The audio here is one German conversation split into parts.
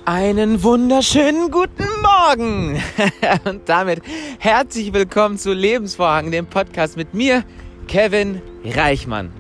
Einen wunderschönen guten Morgen und damit herzlich willkommen zu Lebensvorhang, dem Podcast mit mir, Kevin Reichmann.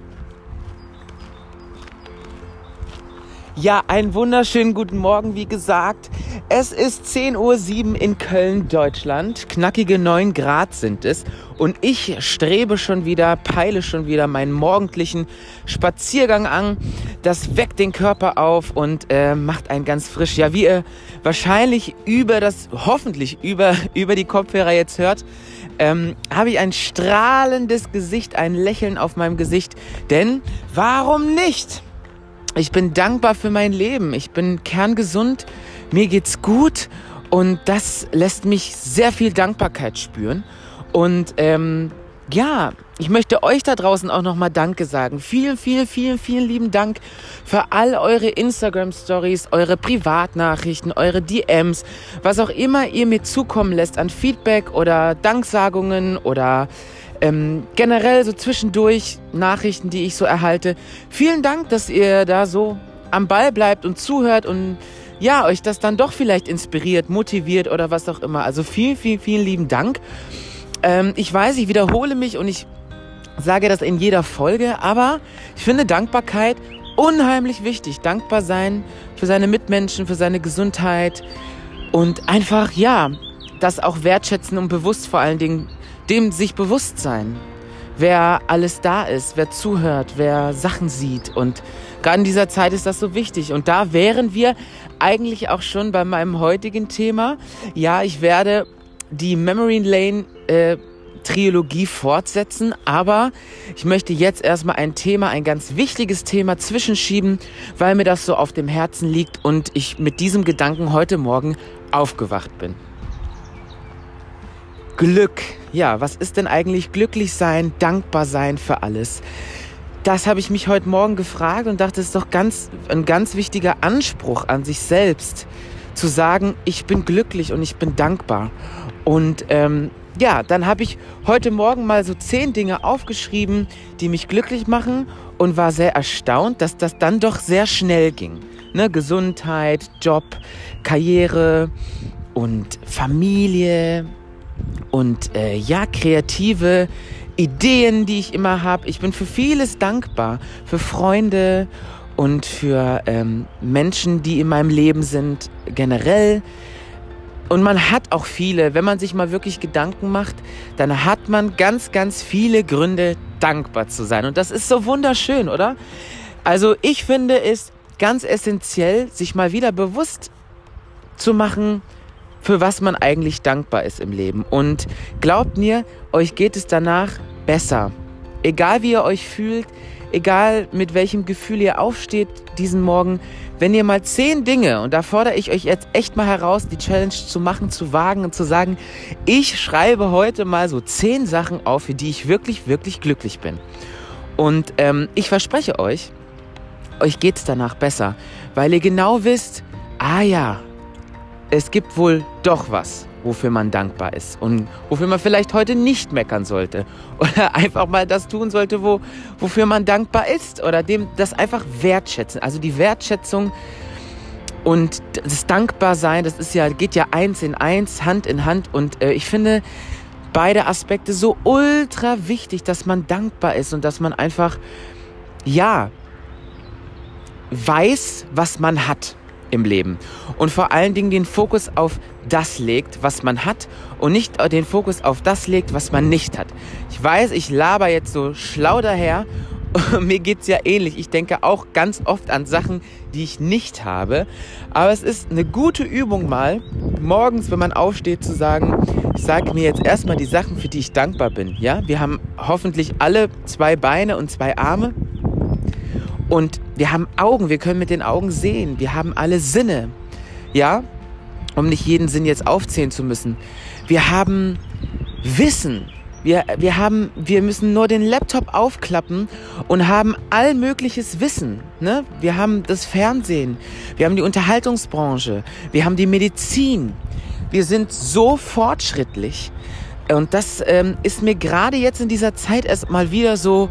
Ja, einen wunderschönen guten Morgen, wie gesagt. Es ist 10:07 Uhr in Köln, Deutschland. Knackige 9 Grad sind es. Und ich peile schon wieder meinen morgendlichen Spaziergang an. Das weckt den Körper auf und macht einen ganz frisch. Ja, wie ihr wahrscheinlich hoffentlich über die Kopfhörer jetzt hört, habe ich ein strahlendes Gesicht, ein Lächeln auf meinem Gesicht. Denn warum nicht? Ich bin dankbar für mein Leben. Ich bin kerngesund, mir geht's gut und das lässt mich sehr viel Dankbarkeit spüren. Und ich möchte euch da draußen auch nochmal Danke sagen. Vielen lieben Dank für all eure Instagram-Stories, eure Privatnachrichten, eure DMs, was auch immer ihr mir zukommen lässt an Feedback oder Danksagungen oder generell so zwischendurch Nachrichten, die ich so erhalte. Vielen Dank, dass ihr da so am Ball bleibt und zuhört und ja, euch das dann doch vielleicht inspiriert, motiviert oder was auch immer. Also vielen lieben Dank. Ich weiß, ich wiederhole mich und ich sage das in jeder Folge, aber ich finde Dankbarkeit unheimlich wichtig. Dankbar sein für seine Mitmenschen, für seine Gesundheit und einfach, das auch wertschätzen und bewusst vor allen Dingen dem sich bewusst sein, wer alles da ist, wer zuhört, wer Sachen sieht. Und gerade in dieser Zeit ist das so wichtig. Und da wären wir eigentlich auch schon bei meinem heutigen Thema. Ja, ich werde die Memory Lane Trilogie fortsetzen, aber ich möchte jetzt erstmal ein ganz wichtiges Thema zwischenschieben, weil mir das so auf dem Herzen liegt und ich mit diesem Gedanken heute Morgen aufgewacht bin. Glück. Ja, was ist denn eigentlich glücklich sein, dankbar sein für alles? Das habe ich mich heute Morgen gefragt und dachte, es ist doch ein ganz wichtiger Anspruch an sich selbst, zu sagen, ich bin glücklich und ich bin dankbar. Und dann habe ich heute Morgen mal so 10 Dinge aufgeschrieben, die mich glücklich machen und war sehr erstaunt, dass das dann doch sehr schnell ging. Ne? Gesundheit, Job, Karriere und Familie und kreative Ideen, die ich immer habe. Ich bin für vieles dankbar, für Freunde und für Menschen, die in meinem Leben sind, generell. Und man hat auch viele, wenn man sich mal wirklich Gedanken macht, dann hat man ganz viele Gründe, dankbar zu sein. Und das ist so wunderschön, oder? Also ich finde es ganz essentiell, sich mal wieder bewusst zu machen, für was man eigentlich dankbar ist im Leben. Und glaubt mir, euch geht es danach besser. Egal wie ihr euch fühlt, egal mit welchem Gefühl ihr aufsteht diesen Morgen, wenn ihr mal 10 Dinge, und da fordere ich euch jetzt echt mal heraus, die Challenge zu machen, zu wagen und zu sagen, ich schreibe heute mal so 10 Sachen auf, für die ich wirklich glücklich bin. Und ich verspreche euch geht es danach besser, weil ihr genau wisst, es gibt wohl doch was, wofür man dankbar ist und wofür man vielleicht heute nicht meckern sollte oder einfach mal das tun sollte, wofür man dankbar ist oder das einfach wertschätzen. Also die Wertschätzung und das Dankbarsein, geht ja eins in eins, Hand in Hand und ich finde beide Aspekte so ultra wichtig, dass man dankbar ist und dass man einfach, weiß, was man hat im Leben und vor allen Dingen den Fokus auf das legt, was man hat und nicht den Fokus auf das legt, was man nicht hat. Ich weiß, ich laber jetzt so schlau daher, mir geht's ja ähnlich. Ich denke auch ganz oft an Sachen, die ich nicht habe, aber es ist eine gute Übung mal, morgens, wenn man aufsteht, zu sagen, ich sage mir jetzt erstmal die Sachen, für die ich dankbar bin. Ja, wir haben hoffentlich alle 2 Beine und 2 Arme. Und wir haben Augen, wir können mit den Augen sehen, wir haben alle Sinne, um nicht jeden Sinn jetzt aufzählen zu müssen. Wir haben Wissen, wir müssen nur den Laptop aufklappen und haben all mögliches Wissen. Ne? Wir haben das Fernsehen, wir haben die Unterhaltungsbranche, wir haben die Medizin. Wir sind so fortschrittlich und das ist mir gerade jetzt in dieser Zeit erst mal wieder so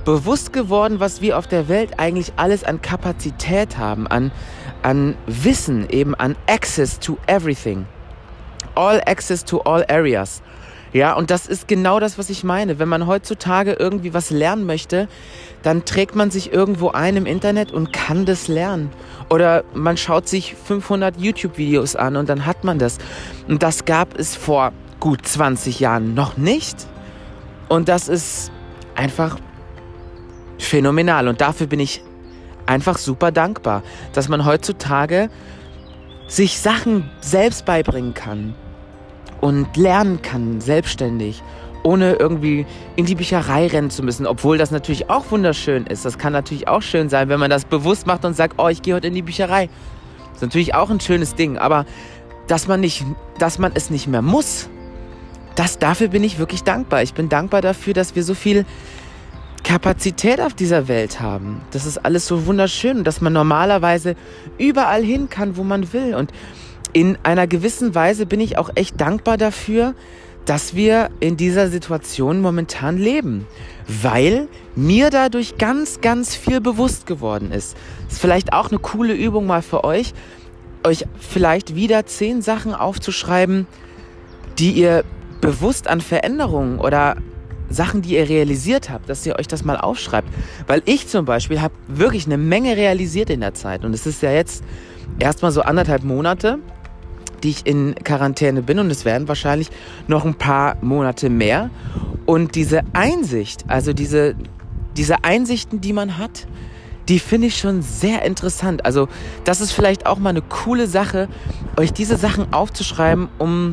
bewusst geworden, was wir auf der Welt eigentlich alles an Kapazität haben, an Wissen, eben an Access to everything. All access to all areas. Ja, und das ist genau das, was ich meine. Wenn man heutzutage irgendwie was lernen möchte, dann trägt man sich irgendwo ein im Internet und kann das lernen. Oder man schaut sich 500 YouTube-Videos an und dann hat man das. Und das gab es vor gut 20 Jahren noch nicht. Und das ist einfach phänomenal. Und dafür bin ich einfach super dankbar, dass man heutzutage sich Sachen selbst beibringen kann und lernen kann, selbstständig, ohne irgendwie in die Bücherei rennen zu müssen, obwohl das natürlich auch wunderschön ist. Das kann natürlich auch schön sein, wenn man das bewusst macht und sagt, oh, ich gehe heute in die Bücherei. Das ist natürlich auch ein schönes Ding, aber dass man es nicht mehr muss, dafür bin ich wirklich dankbar. Ich bin dankbar dafür, dass wir so viel Kapazität auf dieser Welt haben. Das ist alles so wunderschön und dass man normalerweise überall hin kann, wo man will. Und in einer gewissen Weise bin ich auch echt dankbar dafür, dass wir in dieser Situation momentan leben, weil mir dadurch ganz, ganz viel bewusst geworden ist. Das ist vielleicht auch eine coole Übung mal für euch vielleicht wieder 10 Sachen aufzuschreiben, die ihr bewusst an Veränderungen oder Sachen, die ihr realisiert habt, dass ihr euch das mal aufschreibt. Weil ich zum Beispiel habe wirklich eine Menge realisiert in der Zeit. Und es ist ja jetzt erstmal so 1,5 Monate, die ich in Quarantäne bin. Und es werden wahrscheinlich noch ein paar Monate mehr. Und diese Einsicht, also diese Einsichten, die man hat, die finde ich schon sehr interessant. Also das ist vielleicht auch mal eine coole Sache, euch diese Sachen aufzuschreiben, um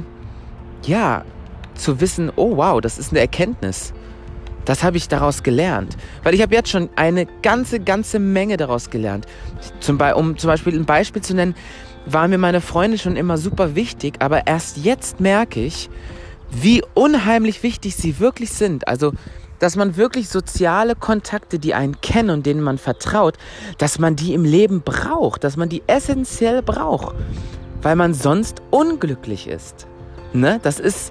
zu wissen, oh wow, das ist eine Erkenntnis. Das habe ich daraus gelernt. Weil ich habe jetzt schon eine ganze Menge daraus gelernt. Um zum Beispiel ein Beispiel zu nennen, war mir meine Freunde schon immer super wichtig, aber erst jetzt merke ich, wie unheimlich wichtig sie wirklich sind. Also, dass man wirklich soziale Kontakte, die einen kennen und denen man vertraut, dass man die im Leben braucht, dass man die essentiell braucht, weil man sonst unglücklich ist. Ne? Das ist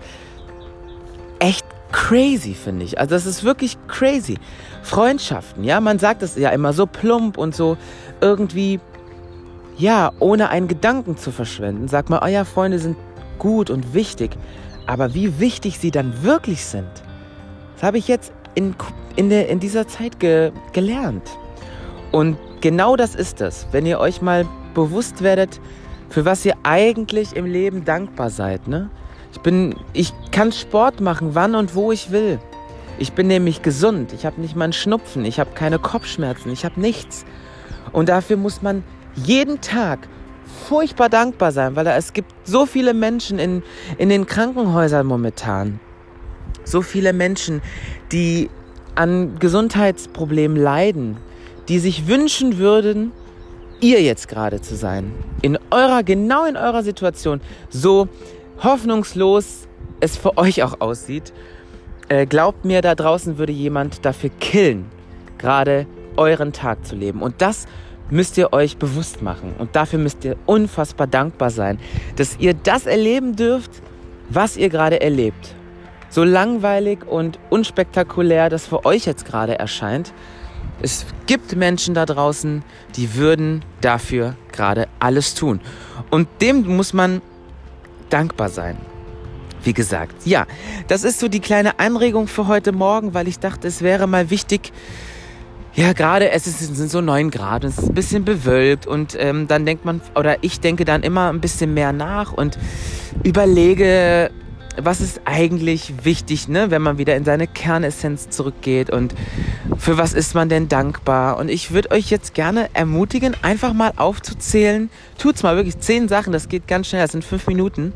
echt crazy, finde ich. Also das ist wirklich crazy. Freundschaften, ja, man sagt das ja immer so plump und so irgendwie, ja, ohne einen Gedanken zu verschwenden. Sagt man, oh ja, Freunde sind gut und wichtig. Aber wie wichtig sie dann wirklich sind, das habe ich jetzt in dieser Zeit gelernt. Und genau das ist es, wenn ihr euch mal bewusst werdet, für was ihr eigentlich im Leben dankbar seid, ne? Ich kann Sport machen, wann und wo ich will. Ich bin nämlich gesund. Ich habe nicht mal einen Schnupfen. Ich habe keine Kopfschmerzen. Ich habe nichts. Und dafür muss man jeden Tag furchtbar dankbar sein, weil es gibt so viele Menschen in den Krankenhäusern momentan. So viele Menschen, die an Gesundheitsproblemen leiden, die sich wünschen würden, ihr jetzt gerade zu sein. Genau in eurer Situation. So hoffnungslos es für euch auch aussieht, glaubt mir, da draußen würde jemand dafür killen, gerade euren Tag zu leben. Und das müsst ihr euch bewusst machen. Und dafür müsst ihr unfassbar dankbar sein, dass ihr das erleben dürft, was ihr gerade erlebt. So langweilig und unspektakulär das für euch jetzt gerade erscheint, es gibt Menschen da draußen, die würden dafür gerade alles tun. Und dem muss man dankbar sein. Wie gesagt, ja, das ist so die kleine Anregung für heute Morgen, weil ich dachte, es wäre mal wichtig, ja, gerade sind so 9 Grad und es ist ein bisschen bewölkt und dann denkt man, oder ich denke dann immer ein bisschen mehr nach und überlege, was ist eigentlich wichtig, ne, wenn man wieder in seine Kernessenz zurückgeht und für was ist man denn dankbar? Und ich würde euch jetzt gerne ermutigen, einfach mal aufzuzählen, tut's mal wirklich 10 Sachen, das geht ganz schnell, das sind 5 Minuten.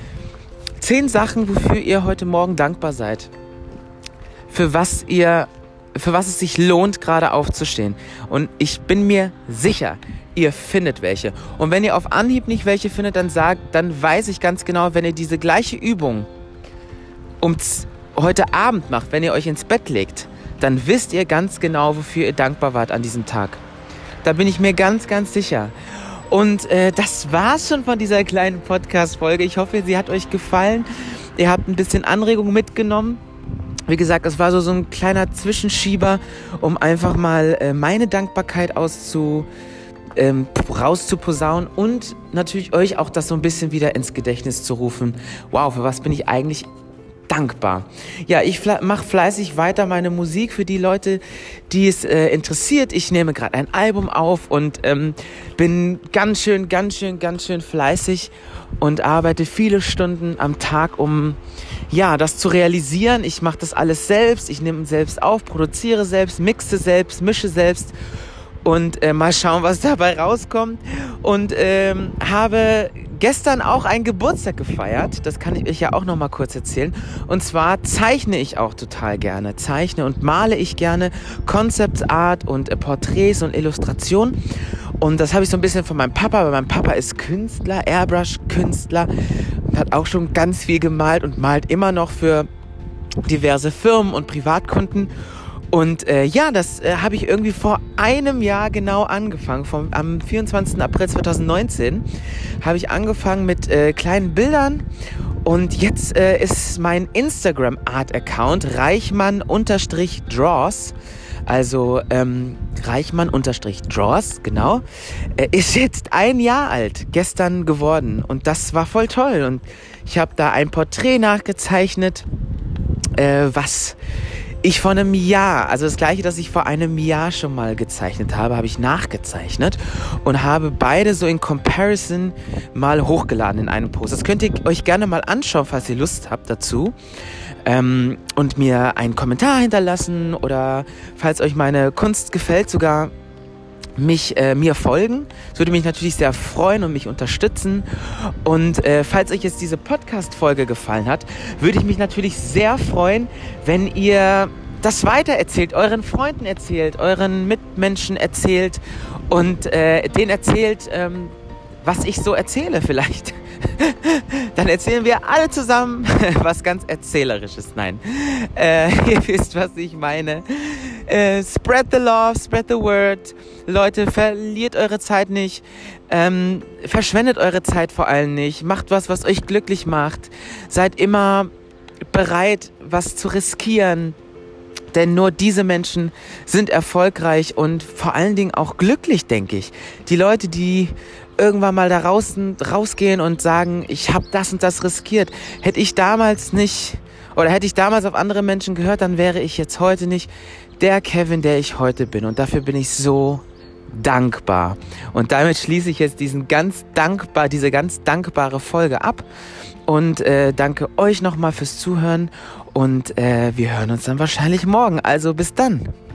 10 Sachen, wofür ihr heute Morgen dankbar seid. Für was es sich lohnt, gerade aufzustehen. Und ich bin mir sicher, ihr findet welche. Und wenn ihr auf Anhieb nicht welche findet, dann weiß ich ganz genau, wenn ihr diese gleiche Übung heute Abend macht, wenn ihr euch ins Bett legt, dann wisst ihr ganz genau, wofür ihr dankbar wart an diesem Tag. Da bin ich mir ganz, ganz sicher. Und das war's schon von dieser kleinen Podcast-Folge. Ich hoffe, sie hat euch gefallen. Ihr habt ein bisschen Anregung mitgenommen. Wie gesagt, es war so ein kleiner Zwischenschieber, um einfach mal meine Dankbarkeit rauszuposaunen und natürlich euch auch das so ein bisschen wieder ins Gedächtnis zu rufen. Wow, für was bin ich eigentlich dankbar? Ja, ich mache fleißig weiter meine Musik für die Leute, die es interessiert. Ich nehme gerade ein Album auf und bin ganz schön fleißig und arbeite viele Stunden am Tag, um das zu realisieren. Ich mache das alles selbst. Ich nehme selbst auf, produziere selbst, mixe selbst, mische selbst. Und mal schauen, was dabei rauskommt. Und habe gestern auch einen Geburtstag gefeiert. Das kann ich euch ja auch noch mal kurz erzählen. Und zwar zeichne ich auch total gerne. Zeichne und male ich gerne Concept Art und Porträts und Illustrationen. Und das habe ich so ein bisschen von meinem Papa, weil mein Papa ist Künstler, Airbrush-Künstler. Und hat auch schon ganz viel gemalt und malt immer noch für diverse Firmen und Privatkunden. Und das habe ich irgendwie vor einem Jahr genau angefangen. Am 24. April 2019 habe ich angefangen mit kleinen Bildern. Und jetzt ist mein Instagram-Art-Account Reichmann_Draws. Also Reichmann_Draws, genau. Ist jetzt ein Jahr alt, gestern geworden. Und das war voll toll. Und ich habe da ein Porträt nachgezeichnet, was ich vor einem Jahr, also das gleiche, das ich vor einem Jahr schon mal gezeichnet habe, habe ich nachgezeichnet und habe beide so in Comparison mal hochgeladen in einem Post. Das könnt ihr euch gerne mal anschauen, falls ihr Lust habt dazu. Und mir einen Kommentar hinterlassen oder falls euch meine Kunst gefällt, sogar mir folgen. Das würde mich natürlich sehr freuen und mich unterstützen. Und falls euch jetzt diese Podcast-Folge gefallen hat, würde ich mich natürlich sehr freuen, wenn ihr das weitererzählt, euren Freunden erzählt, euren Mitmenschen erzählt und denen erzählt, was ich so erzähle vielleicht. Dann erzählen wir alle zusammen was ganz Erzählerisches. Nein, ihr wisst, was ich meine. Spread the love, spread the word. Leute, verliert eure Zeit nicht. Verschwendet eure Zeit vor allem nicht. Macht was euch glücklich macht. Seid immer bereit, was zu riskieren. Denn nur diese Menschen sind erfolgreich und vor allen Dingen auch glücklich, denke ich. Die Leute, die irgendwann mal da rausgehen und sagen, ich habe das und das riskiert. Hätte ich damals auf andere Menschen gehört, dann wäre ich jetzt heute nicht der Kevin, der ich heute bin. Und dafür bin ich so dankbar. Und damit schließe ich jetzt diese ganz dankbare Folge ab. Und danke euch nochmal fürs Zuhören. Und wir hören uns dann wahrscheinlich morgen. Also bis dann.